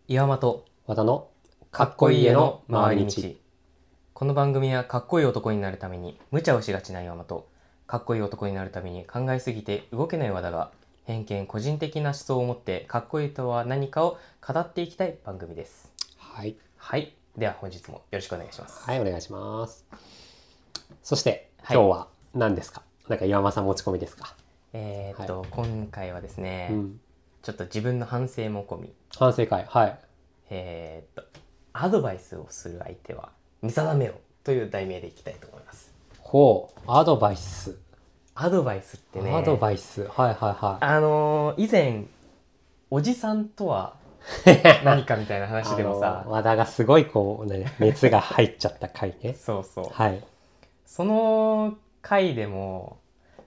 岩間と和田のかっこいい家の回り道。この番組はかっこいい男になるために無茶をしがちな岩間とかっこいい男になるために考えすぎて動けない和田が偏見個人的な思想を持ってかっこいいとは何かを語っていきたい番組です。 はい、 はい、では本日もよろしくお願いします。 はい、お願いします。そしてはい、 今日は何ですか？なんか岩間さん持ち込みですか？ 今回はですね、 うん、 ちょっと自分の反省も込み、 反省会、はい。 アドバイスをする相手は見定めろという題名でいきたいと思います。 ほう、アドバイス。 アドバイスってね、 アドバイス、はいは以前おじさんとはいはい。 何かみたいな話でもさ、 和田がすごいこう、ね、熱が入っちゃった回ね。 そうそう、 はい。 その回でも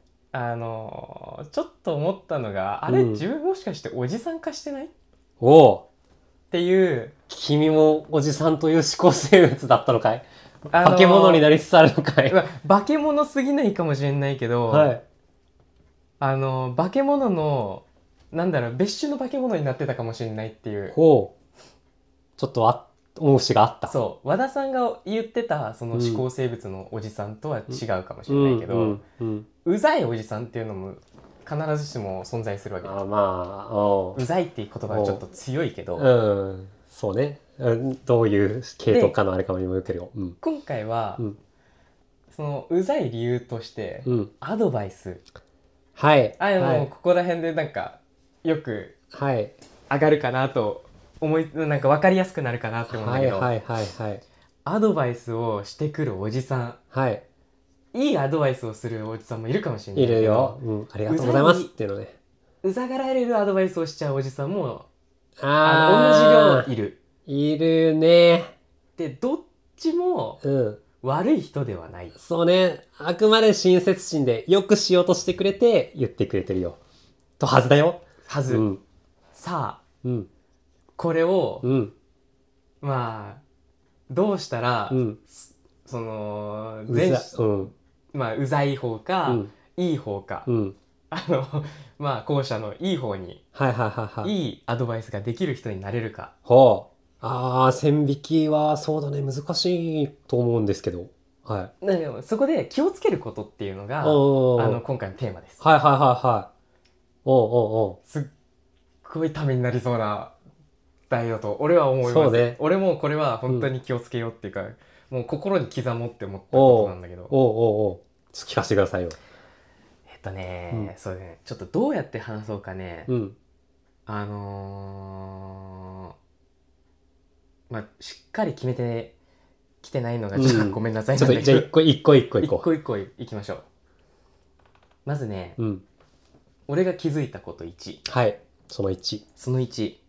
ちょっと思ったのが、あれ、 うん。 自分もしかしておじさん化してないっおう、 ていう、 君もおじさんという思考生物だったのかい？ あ化け物にのなりつつあるのかい？ 化け物すぎないかもしれないけど、 はい。 化け物のなんだろう、別種の化け物になってたかもしれないっていう。 ほう、ちょっと思う節があった。 そう、和田さんが言ってたそのうん。 思考生物のおじさんとは違うかもしうれないんうけど、 んうん。 うざいおじさんっていうのも必ずしも存在するわけで、 あ、まあ、おうざいっていう言葉はちょっと強いけう、 ど、 うん、そうね。うん、どういう系統でかのあれかにもよるけど。うん。 今回はうん。 そのうざい理由としてうん。 アドバイス、 はい。はい。 ここら辺でなんかよくはい。 上がるかなとなんか分かりやすくなるかなって思うんだはい。 けど、 はい。はい。はい。 アドバイスをしてくるおじさはい。 ん、いいアドバイスをするおじさんもいるかもしれいないるよ。 けど、 うん。ありがうとうございますっざいていうのね。 うざがられるアドバイスをしちゃうおじさんも同じ量あいる。 ー、いるね。 でどっちもうん。 悪い人ではないそうね。あくまで親切心でよくしようとしてくれて言ってくれてるよ。とはずだよ。 はず。 うん。 さあうん。 これを、 うん。 まあどうしたら、 うん。 そのうざ、うん。 まあうざい方か、 うん。 いい方か、 うん。 あのまあ後者のいい方にはいはいはいはい。 いいアドバイスができる人になれるか。 ほう。ああ、線引きはそうだね、難しいと思うんですけど。はい。 だけどそこで気をつけることっていうのがおー。 今回のテーマです。 はいはいはいはい。おうおうおすっごいためになりそうな題だと俺は思う。 います。 そうね。 俺もこれはうん。 本当に気をつけようっていうか、もう心に刻もうって思ったことおう。 なんだけど、 おうおうおう。ちょっと聞かせてくださいよ。うん。 そうね、ちょっとどうやって話そうかね。 うん。 あのまあしっかり決めてきてないのがちょっとごうん。 めんなさいちょっと、じゃあなんだけど、 一個。 一個一個いきましょう。まずね、 うん。 俺が気づいたこと1。 はい。その1。 その1、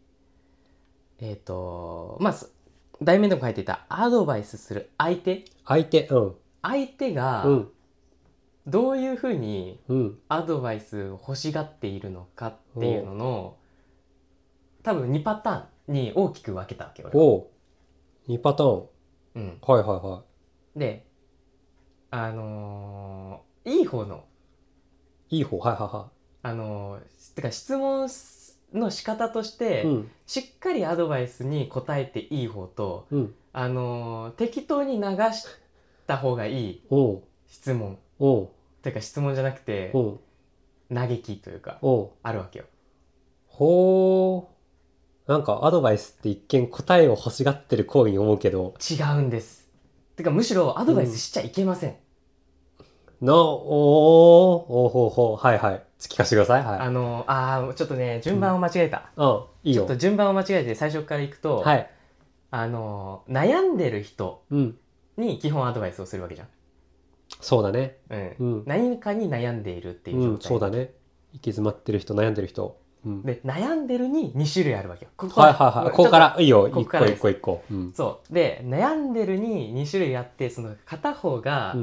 まあ題名でも書いていたアドバイスする相手、 相手、うん。 相手がうん。 どういうふうにうん。 アドバイスを欲しがっているのかっていうおう。 のの多分2パターンに大きく分けたわけ俺は。 おう。2パターン。 うん。 はいはいはで、いい方のい。いい方。はいはいはてか質問の仕方としい。うてん。 しっかりアドバイスに答えていい方と、 うん。 適当に流した方がいいおう。 質問、 おう。 てか質問じゃなくておう。 嘆きというかおう。 あるわけよ。 ほー。なんかアドバイスって一見答えを欲しがってる行為に思うけど、 違うんです。てかむしろアドバイスうん。 しちゃいけません。 おー、ほうほう、はいはい。聞かせてください。はい。 ちょっとねうん。 順番を間違えた。 うん、いいちょっとよ。 順番を間違えて最初からいくと、 はい。 悩んでる人うん。 に基本アドバイスをするわけじゃん。 そうだね。 うん、 うん。 何かに悩んでいるっていううん、 状態の。 そうだね。行き詰まってる人、悩んでる人。うん。 で悩んでるに2種類あるわけよ。ここははいはいはい。ここから、いいよ。一個ここからです。 一個一個。うん。 そうで悩んでるに2種類あって、その片方が、 うん。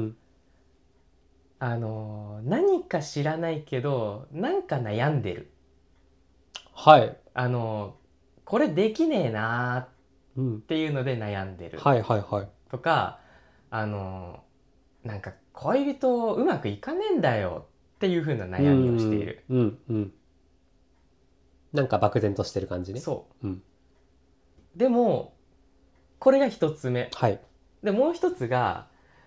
何か知らないけどなんか悩んでる、 はい。 これできねえなーっうん。 ていうので悩んでるはいはいはい。 とか、なんか恋人うまくいかねえんだよっていう風なう悩みをしていん。 る。 うん。うん。なんか漠然としてる感じね。 そうん。 でもこれが一つ目はいで、もう一つが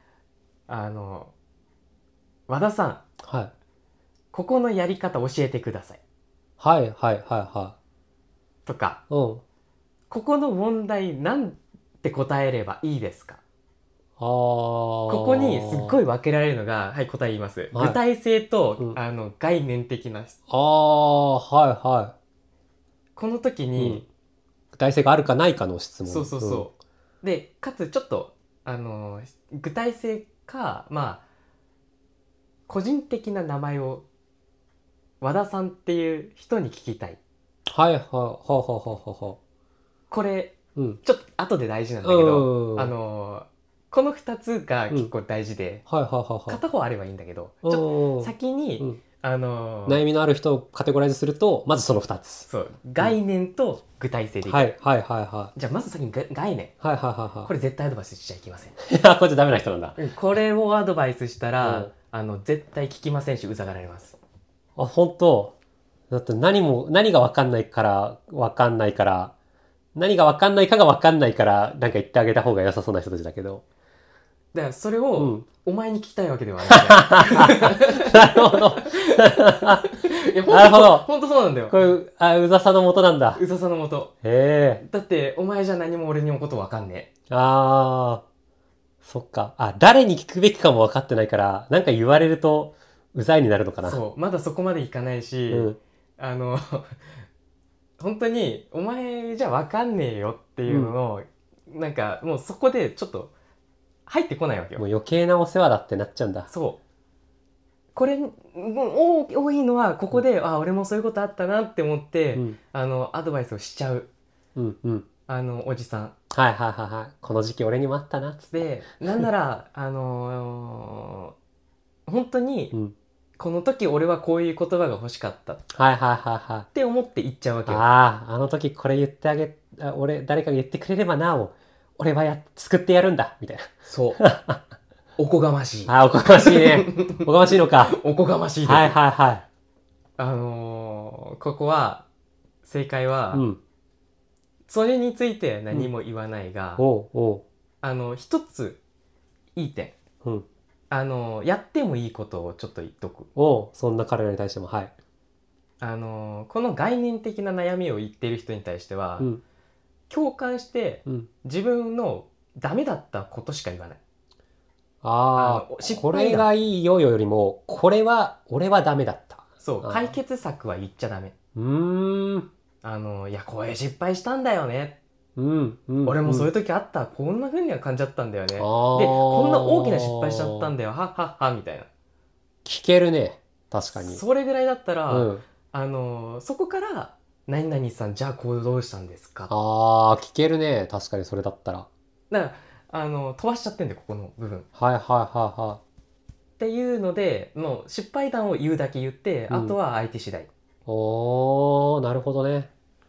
和田さん、 はいここのやり方教えてくださいはいはいはいはとか、 い。うん。 ここの問題なんて答えればいいですか。 ああ。 ここにすっごい分けられるのが、はい、答え言います。 はい具体性と、 うん概念的な。 ああ、はいはこの時い。うん。 に、 具体性があるかないかの質問。 そうそうそう。で、かつちょっと、具体性か、まあ、個人的な名前を和田さんっていう人に聞きたい。 はいはい、はあはあはあはあ。 これ、 うん。 ちょっと後で大事なんだけど、 うんこの2つが結構大事で、 はいはいはいはい。 片方あればいいんだけど、ちょっと先に、 うん悩悩みのある人をカテゴライズすると、まずその2つ。 そう、概念と具体性でいく。 はいはいはいはい。 じゃあまず先に概念。 はいはいはいはい。 これ絶対アドバイスしちゃいけません。 いや、これじゃダメな人なんだ。 これをアドバイスしたら、絶対聞きませんし、うざがられます。 あ、本当だって何がわかんないから、何がわかんないかがわかんないから、なんか言ってあげた方が良さそうな人たちだけど。 だからそれを、 うんお前に聞きたいわけではない。 なるほど。 いや、 なるほど本当そうなんだよ。 これ、うざさのもとなんだ。 うざさのもと。 へえ。 だって、お前じゃ何も俺にもことわかんねあー。そっか。誰に聞くべきかも分かってないから、なんか言われると、うざいになるのかえ。 な。 そう、まだそこまでいかないし、 うん。 本当に、お前じゃわかんねえよっていうのを、なんか、もうそこでちょっと、入ってこないわけよ。 もう余計なお世話だってなっちゃうんだ。 そう。これ、多いのは、ここで、俺もそういうことあったなって思って、 うん。 アドバイスをしちゃう、 うんうん。 おじさん。 はいはいはいはい。この時期俺にもあったな、つって。 で、なんなら、本当に、 うん。 この時俺はこういう言葉が欲しかったっはいはいはいはい。 て思って言っちゃうわけよ。 あの時これ言ってあげ、誰かが言ってくれればなお、俺は救ってやるんだ、みたいな。 そう。おこがましい。 おこがましいね。おこがましいのか。 おこがましいです。 はいはいはい。 ここは、正解は、 うん。 それについて何も言わないが、 お一つ、いい点。 う。うん。 やってもいいことをちょっと言っとく。 そんな彼らに対しても、はい。 この概念的な悩みを言っている人に対しては、 うん。 共感してうん。 自分のダメだったことしか言わない。失こ敗談れがいいよよりも、俺はダメだった。 そう、解決策は言っちゃダメ。 うーん。 いや、こういう失敗したんだよね。 うん。 俺もそういうと時あった。こんな風には感じちゃったんだよね。で、 あーこんな大きな失敗しちゃったんだよ。はっはっは、みたいな。 聞けるね。確かに。 それぐらいだったら、 うん。 そこから、何々さん、じゃあこうどうしたんですか。 聞けるね。確かにそれだったら。 だから、飛ばしちゃってんだよ、ここの部分。 はいはいはいはっていうので、もう失敗談を言うだけ言って、 うんあとは相手次第。 い。なるほに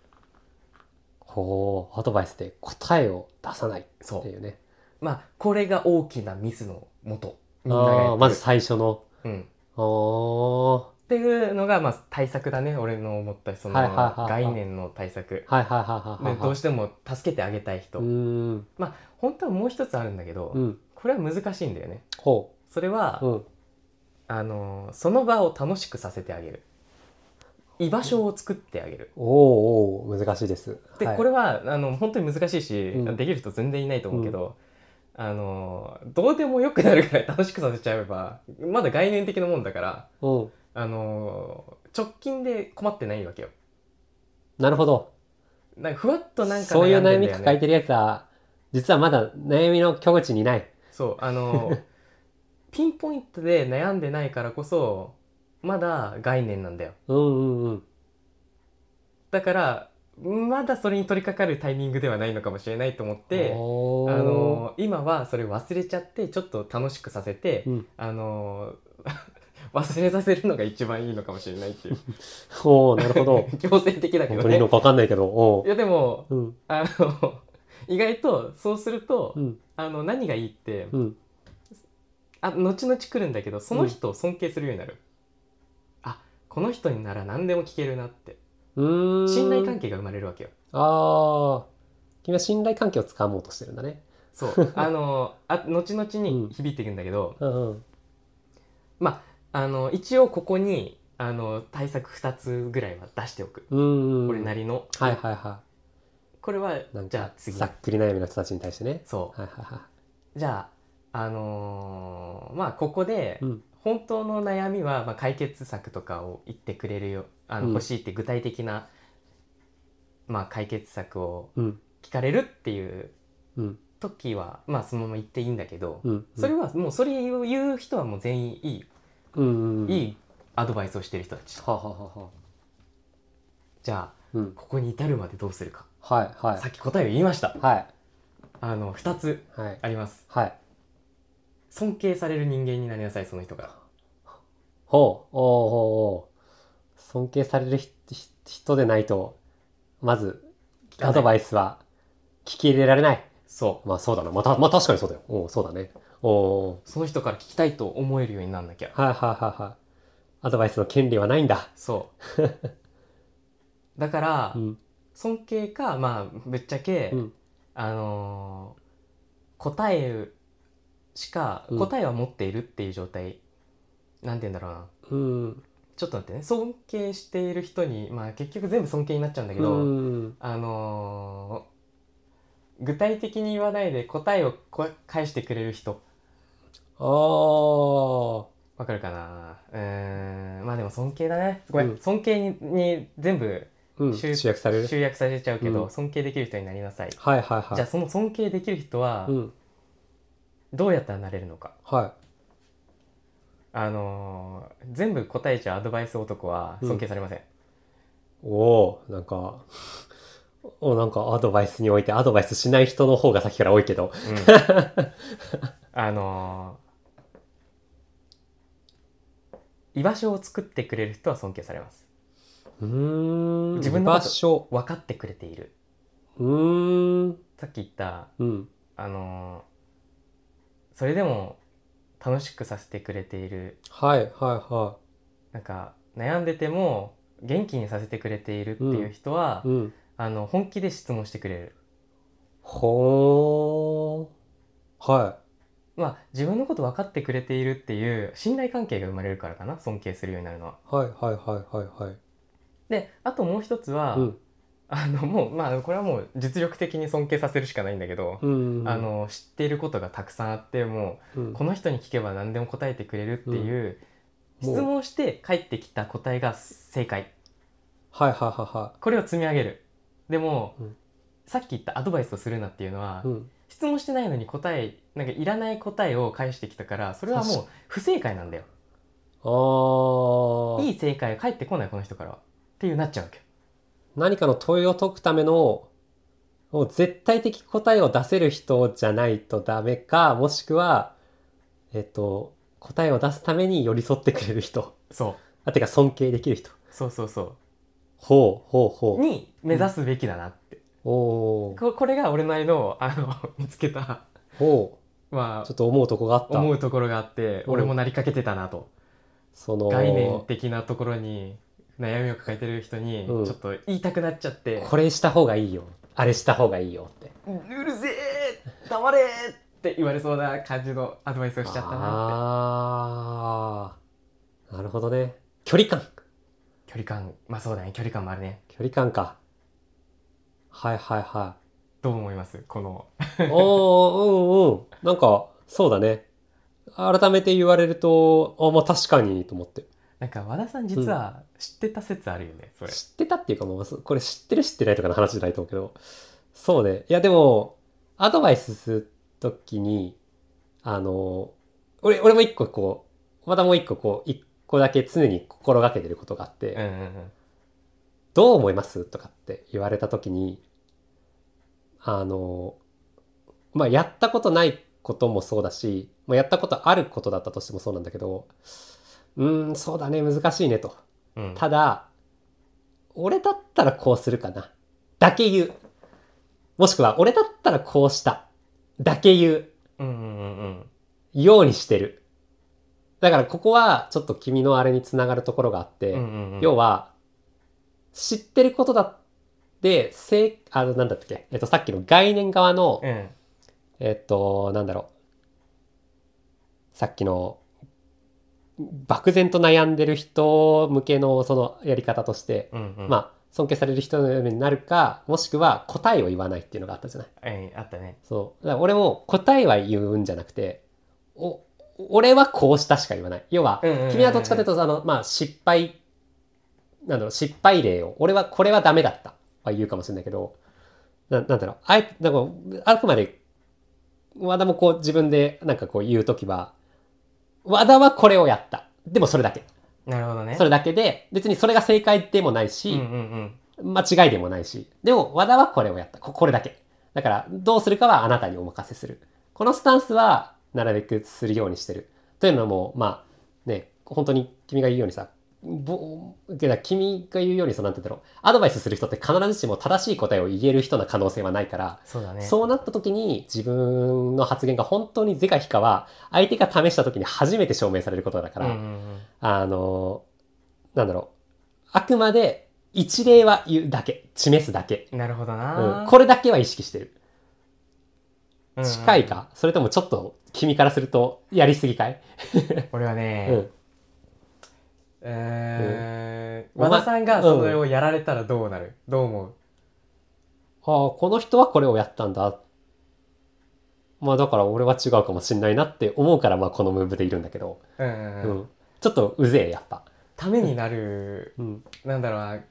アドバイスで答えを出さないっていうね。 まあ、これが大きなミスのもと。みんながやってる。 まず最初の。 うん。 はっていうのが、まあ、対策だね。俺の思った、その、 はいはいはいはい概念の対策。 いはいはいはい。 で、どうしても助けてあげたい人。 ん。 まあ、本当はもう一つあるんだけど、 うん。 これは難しいんだよね。 ほそれは、 う。うん。 その場を楽しくさせてあげる。居場所を作ってあげる。 難しいです。 で、 はい、 これは、本当に難しいし、 うんできる人全然いないと思うけど、どうでもよくなるぐらい楽しくさせちゃえば、まだ概念的なもんだから、 うん。 直近で困ってないわけよ。 なるほど。 なんかふわっとなんかそういう悩み悩んでんだよね。 抱えてるやつは、実はまだ悩みの境地にない。 そう、ピンポイントで悩んでないからこそ、まだ概念なんだよ。 うん。 だから、まだそれに取り掛かるタイミングではないのかもしれないと思って、今はそれ忘れちゃって、ちょっと楽しくさせて、 うん、 忘れさせるのが一番いいのかもしれないっていう。 なるほど。 強制的だけどね。 本当にいいのか分かんないけど。 いやでも、 うん。 意外とそうすると、 うん。 何がいいって、 うん。 後々来るんだけど、その人を尊敬するようになる。この人になら何でも聞けるなって。信頼関係が生まれるわけよ。 君は信頼関係をつかもうとしてるんだね。 そう後々に響いていくんだけど、 うんうん。 まあ一応ここに対策2つぐらいは出しておく、 うんうん。 俺なりの。 はいはいはこれはい。なんかじゃあ次ざっくり悩みの人たちに対してね。 そう、 はいはいはじゃあまあここでい。うん。 本当の悩みは、まあ、解決策とかを言ってくれるよ欲しいって具体的な、まあ、解決策をうん聞かれるっていううん時はまあそのまま言っていいんだけど、 うんそれはもうそれを言う人はもう全員うんうん。 いいアドバイスをしてる人たち。 はははは。 じゃあうん。 ここに至るまでどうするか、 はいはい。 さっき答えを言いました。 はい 2つはいあります。 はい。 尊敬される人間になりなさい、その人から。 ほう。おうおうおう。尊敬される人でないと、まず、アドバイスは聞き入れられない。 そう、 まあそうだな。まあ確かにそうだよ。おうそうだね。おうその人から聞きたいと思えるようになんなきゃ。 はいはいはいはい。アドバイスの権利はないんだ。 そうだから、 うん尊敬かまあぶっちゃけ、 うん答えしか、 うん答えは持っているっていう状態、なんて言うんだろうな。 うんちょっと待ってね、尊敬している人に、まあ結局全部尊敬になっちゃうんだけうど、 ん具体的に言わないで答えを返してくれる人、 ああわかるかな。まあでも尊敬だね。ごめん、 うん尊敬に全部うん集約される。 集約されちゃうけど、 うん尊敬できる人になりなさい。 はいはいはい。 じゃあその尊敬できる人はうんどうやったらなれるのか。 は全部答えちゃうアドバイス男は尊敬されません。 い。おおなんかなんかアドバイスにおいてアドバイスしない人の方がさっきから多いけど。 居場所を作ってくれる人は尊敬されます。 自自分のこと場所。 分かってくれている。さっき言ったうんそれでも楽しくさせてくれている、 はいはいはなんか悩んでても元気にさせてくれているっていう人は、 い。うん本気で質問してくれる。 ほーはまあ自分のこと分かってくれているっていう信頼関係が生まれるからかな、尊敬するようになるのは。 いはいはいはいはいはい。 であともう一つは、 うんもうまあこれはもう実力的に尊敬させるしかないんだけど、 うん知っていることがたくさんあって、もうこの人に聞けば何でも答えてくれるっていう、質問して返ってきた答えが正解。 はいはいはいはこれを積み上げる。でも、 うんさっき言ったアドバイスをするなっていうのは、 い。 質問してないのになんかいらない答えを返してきたから、それはもう不正解なんだよ。いい正解が返ってこない、この人からはっていうなっちゃうわけよ。 何かの問いを解くためのもう絶対的答えを出せる人じゃないとダメか、もしくは答えを出すために寄り添ってくれる人。 そうてか尊敬できる人。 そうそうそほうほうほうに目指すべきだなって、 おーこれが俺なりの見つけた、 ほまちょっと思うとこがあっあた。 思うところがあって、俺もなりかけてたなと。 その概念的なところに悩みを抱えてる人にちうんょっと言いたくなっちゃって、 これした方がいいよ、あれした方がいいよって。 うるせえ黙れって言われそうな感じのアドバイスをしちゃったなって。 あーなるほどね。距離感まあそうだね、距離感もあるね。 距離感か。はいはいはどう思います、このい。おーなんかそうだね。改めて言われるとまあ確かにと思って。 なんか和田さん実は知ってた説あるよね、それ。 知ってたっていうかもうこれ知ってる知ってないとかの話じゃないと思うけど、そうね。いやでもアドバイスするときに俺も一個こうまたもう一個一個だけ常に心がけてることがあって、どう思いますとかって言われたときにまあやったことないこともそうだし、まあ、やったことあることだったとしてもそうなんだけど、そうだね難しいねと。ただ俺だったらこうするかなだけ言う。もしくは俺だったらこうしただけ言うようにしてる。だからここはちょっと君のあれにつながるところがあって、要は知ってることだっで、なんだったっけ、さっきの概念側の、 うん。 なんだろう。さっきの、漠然と悩んでる人向けのそのやり方として、 うんうん。 まあ、尊敬される人のようになるか、もしくは答えを言わないっていうのがあったじゃない。 あったね。 そう。だから俺も答えは言うんじゃなくて、俺はこうしたしか言わない。要は、 うんうんうんうん君はどっちかというと、まあ、失敗例を、俺はこれはダメだったは言うかもしれないけど、なんだろう、あくまで、和田もこう自分でなんかこう言うときは、和田はこれをやった。でもそれだけ。 なるほどね。 それだけで、別にそれが正解でもないうんうし、 ん間違いでもないし、でも和田はこれをやった。これだけ。だから、どうするかはあなたにお任せする。このスタンスは、なるべくするようにしてる。というのも、まあ、ね、本当に君が言うようにさ、君が言うようになんて言うんだろう。アドバイスする人って必ずしも正しい答えを言える人な可能性はないから、 そうだね。 そうなった時に自分の発言が本当に是か非かは、相手が試した時に初めて証明されることだから、 うんうんうん。 なんだろう。あくまで一例は言うだけ。示すだけ。 なるほどな。 これだけは意識してる。 うんうん近いか、それともちょっと君からするとやりすぎかい？ 俺はうね、 ん。 和田さんがそれをやられたらどうなる？どう思う？ ああ、この人はこれをやったんだ。まあだから俺は違うかもしんないなって思うから、まあこのムーブでいるんだけど。 うんうんうん。 ちょっとうぜえ、やっぱ。 ためになる、 うん。 なんだろうな、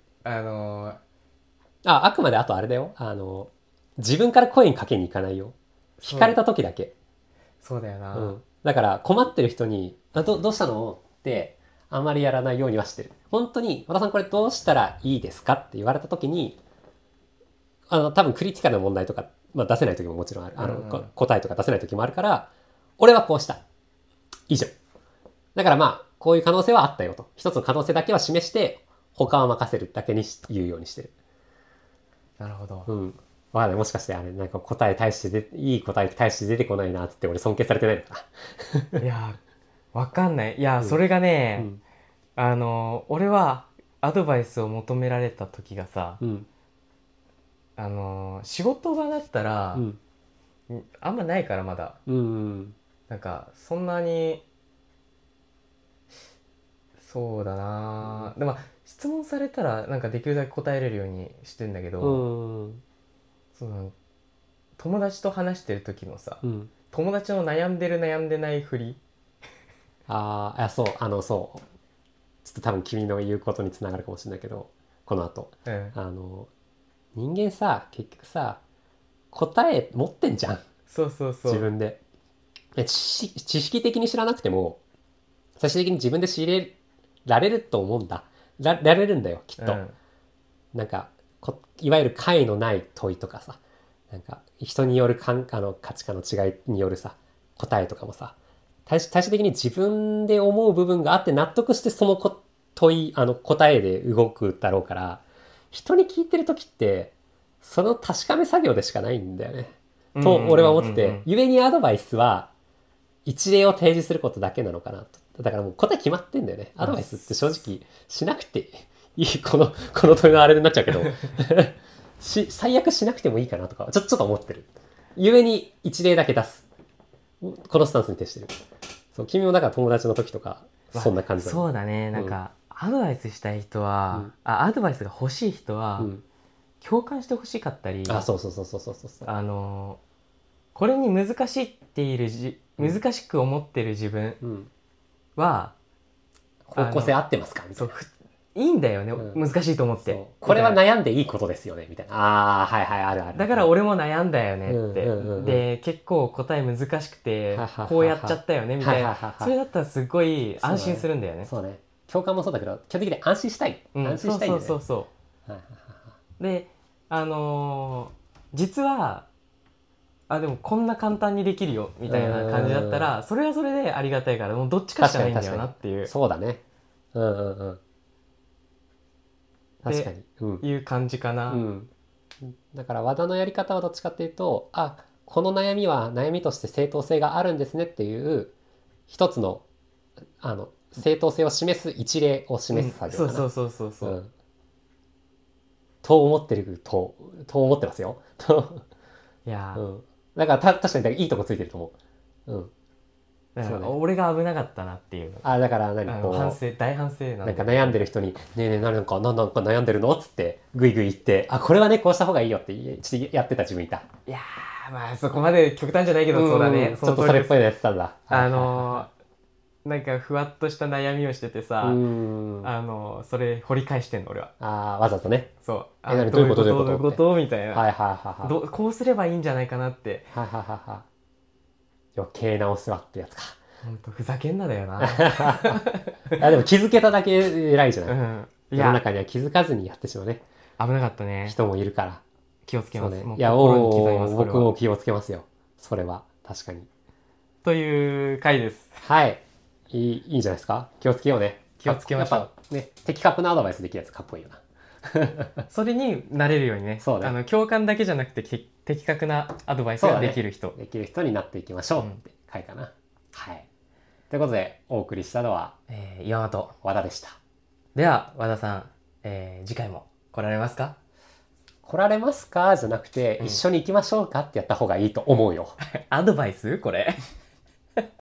あくまであとあれだよ。自分から声にかけに行かないよ。聞かれた時だけ。 そうだよな。 うん。だから困ってる人に、どうしたのってあんまりやらないようにはしてる。本当に、和田さんこれどうしたらいいですかって言われた時に、多分クリティカルな問題とか、まあ出せない時ももちろんある。答えとか出せない時もあるから、俺はこうした。以上。だからまあ、こういう可能性はあったよと。一つの可能性だけは示して、他は任せるだけに言うようにしてる。 なるほど。 うん。わかんない。もしかしてあれ、なんかいい答え対して出てこないなっつって俺尊敬されてないのかな。 いや、わかんない。いや、それがね、俺はアドバイスを求められた時がさ、仕事場だったら、あんまないからまだ。なんか、そんなに、そうだな、でも、質問されたら、なんかできるだけ答えれるようにしてんだけど、友達と話してる時のさ、友達の悩んでる悩んでないふり。 そう、そう。ちょっと多分君の言うことにつながるかもしれないけど、この後。人間さ、結局さ、答え持ってんじゃん。 そうそうそう。 自分で。知識的に知らなくても、最終的に自分で知れられると思うんだ。られるんだよ、きっと。なんか、いわゆる解のない問いとかさ、なんか、人による価値観の違いによるさ、答えとかもさ、最終的に自分で思う部分があって納得してその答えで動くだろうから、人に聞いてる時って、その確かめ作業でしかないんだよね。と、俺は思ってて、故にアドバイスは、一例を提示することだけなのかなと。だからもう答え決まってんだよね。アドバイスって正直しなくていい。この問いのあれになっちゃうけど、最悪しなくてもいいかなとか、ちょっと思ってる。故に一例だけ出す。このスタンスに徹してる。そう、君もだから友達の時とか、そんな感じだ、 そうだね。なんか、アドバイスしたい人は、アドバイスが欲しい人は、共感してほしかったり、 そう。 これに難しく思ってる自分は、 方向性合ってますかみたいな。 いいんだよね、難しいと思って。 これは悩んでいいことですよねみたいな。はいはい、あるある。 だから俺も悩んだよねって。で、結構答え難しくて、こうやっちゃったよねみたいな。それだったらすごい安心するんだよね。 そうね。共感もそうだけど、基本的に安心したい。安心したいんだよね。 そう。で、実は、でもこんな簡単にできるよみたいな感じだったら、それはそれでありがたいから、もうどっちかしかないんだよなっていう。 そうだね。確かに。 いう感じかな。 だから和田のやり方はどっちかっていうと、この悩みは悩みとして正当性があるんですねっていう一つの正当性を示す一例を示す作業かな。 そう。 と思ってると思ってますよ。 いやー、 だから確かにいいとこついてると思う。 だから俺が危なかったなっていう。 だからこう大反省なんか悩んでる人に「ねえねえなんか悩んでるの?」っつってグイグイ言って「これはねこうした方がいいよ」ってやってた自分いた。 いやー、まあそこまで極端じゃないけど、そうだね。 ちょっとそれっぽいのやってたんだ。 なんかふわっとした悩みをしててさ、それ掘り返してんの俺は。 わざとね。 そう。 どういうことみたいな。こうすればいいんじゃないかなって。 余計なお世話ってやつか。 ほんとふざけんなだよな。 でも気づけただけ偉いじゃない。世の中には気づかずにやってしまうね。 危なかったね。 人もいるから。 気をつけます。 いや、僕も気をつけますよ。それは確かに。 という回です。 はい。いいんじゃないですか。気をつけようね。 気をつけましょう。ね、的確なアドバイスできるやつかっこいいよな。 それになれるようにね。 そうね。 共感だけじゃなくて的確なアドバイスができる人。 できる人になっていきましょうって回かな。はい。ということでお送りしたのは岩本和田でした。 では和田さん、次回も来られますか？ 来られますかじゃなくて、一緒に行きましょうかってやった方がいいと思うよ。 アドバイスこれ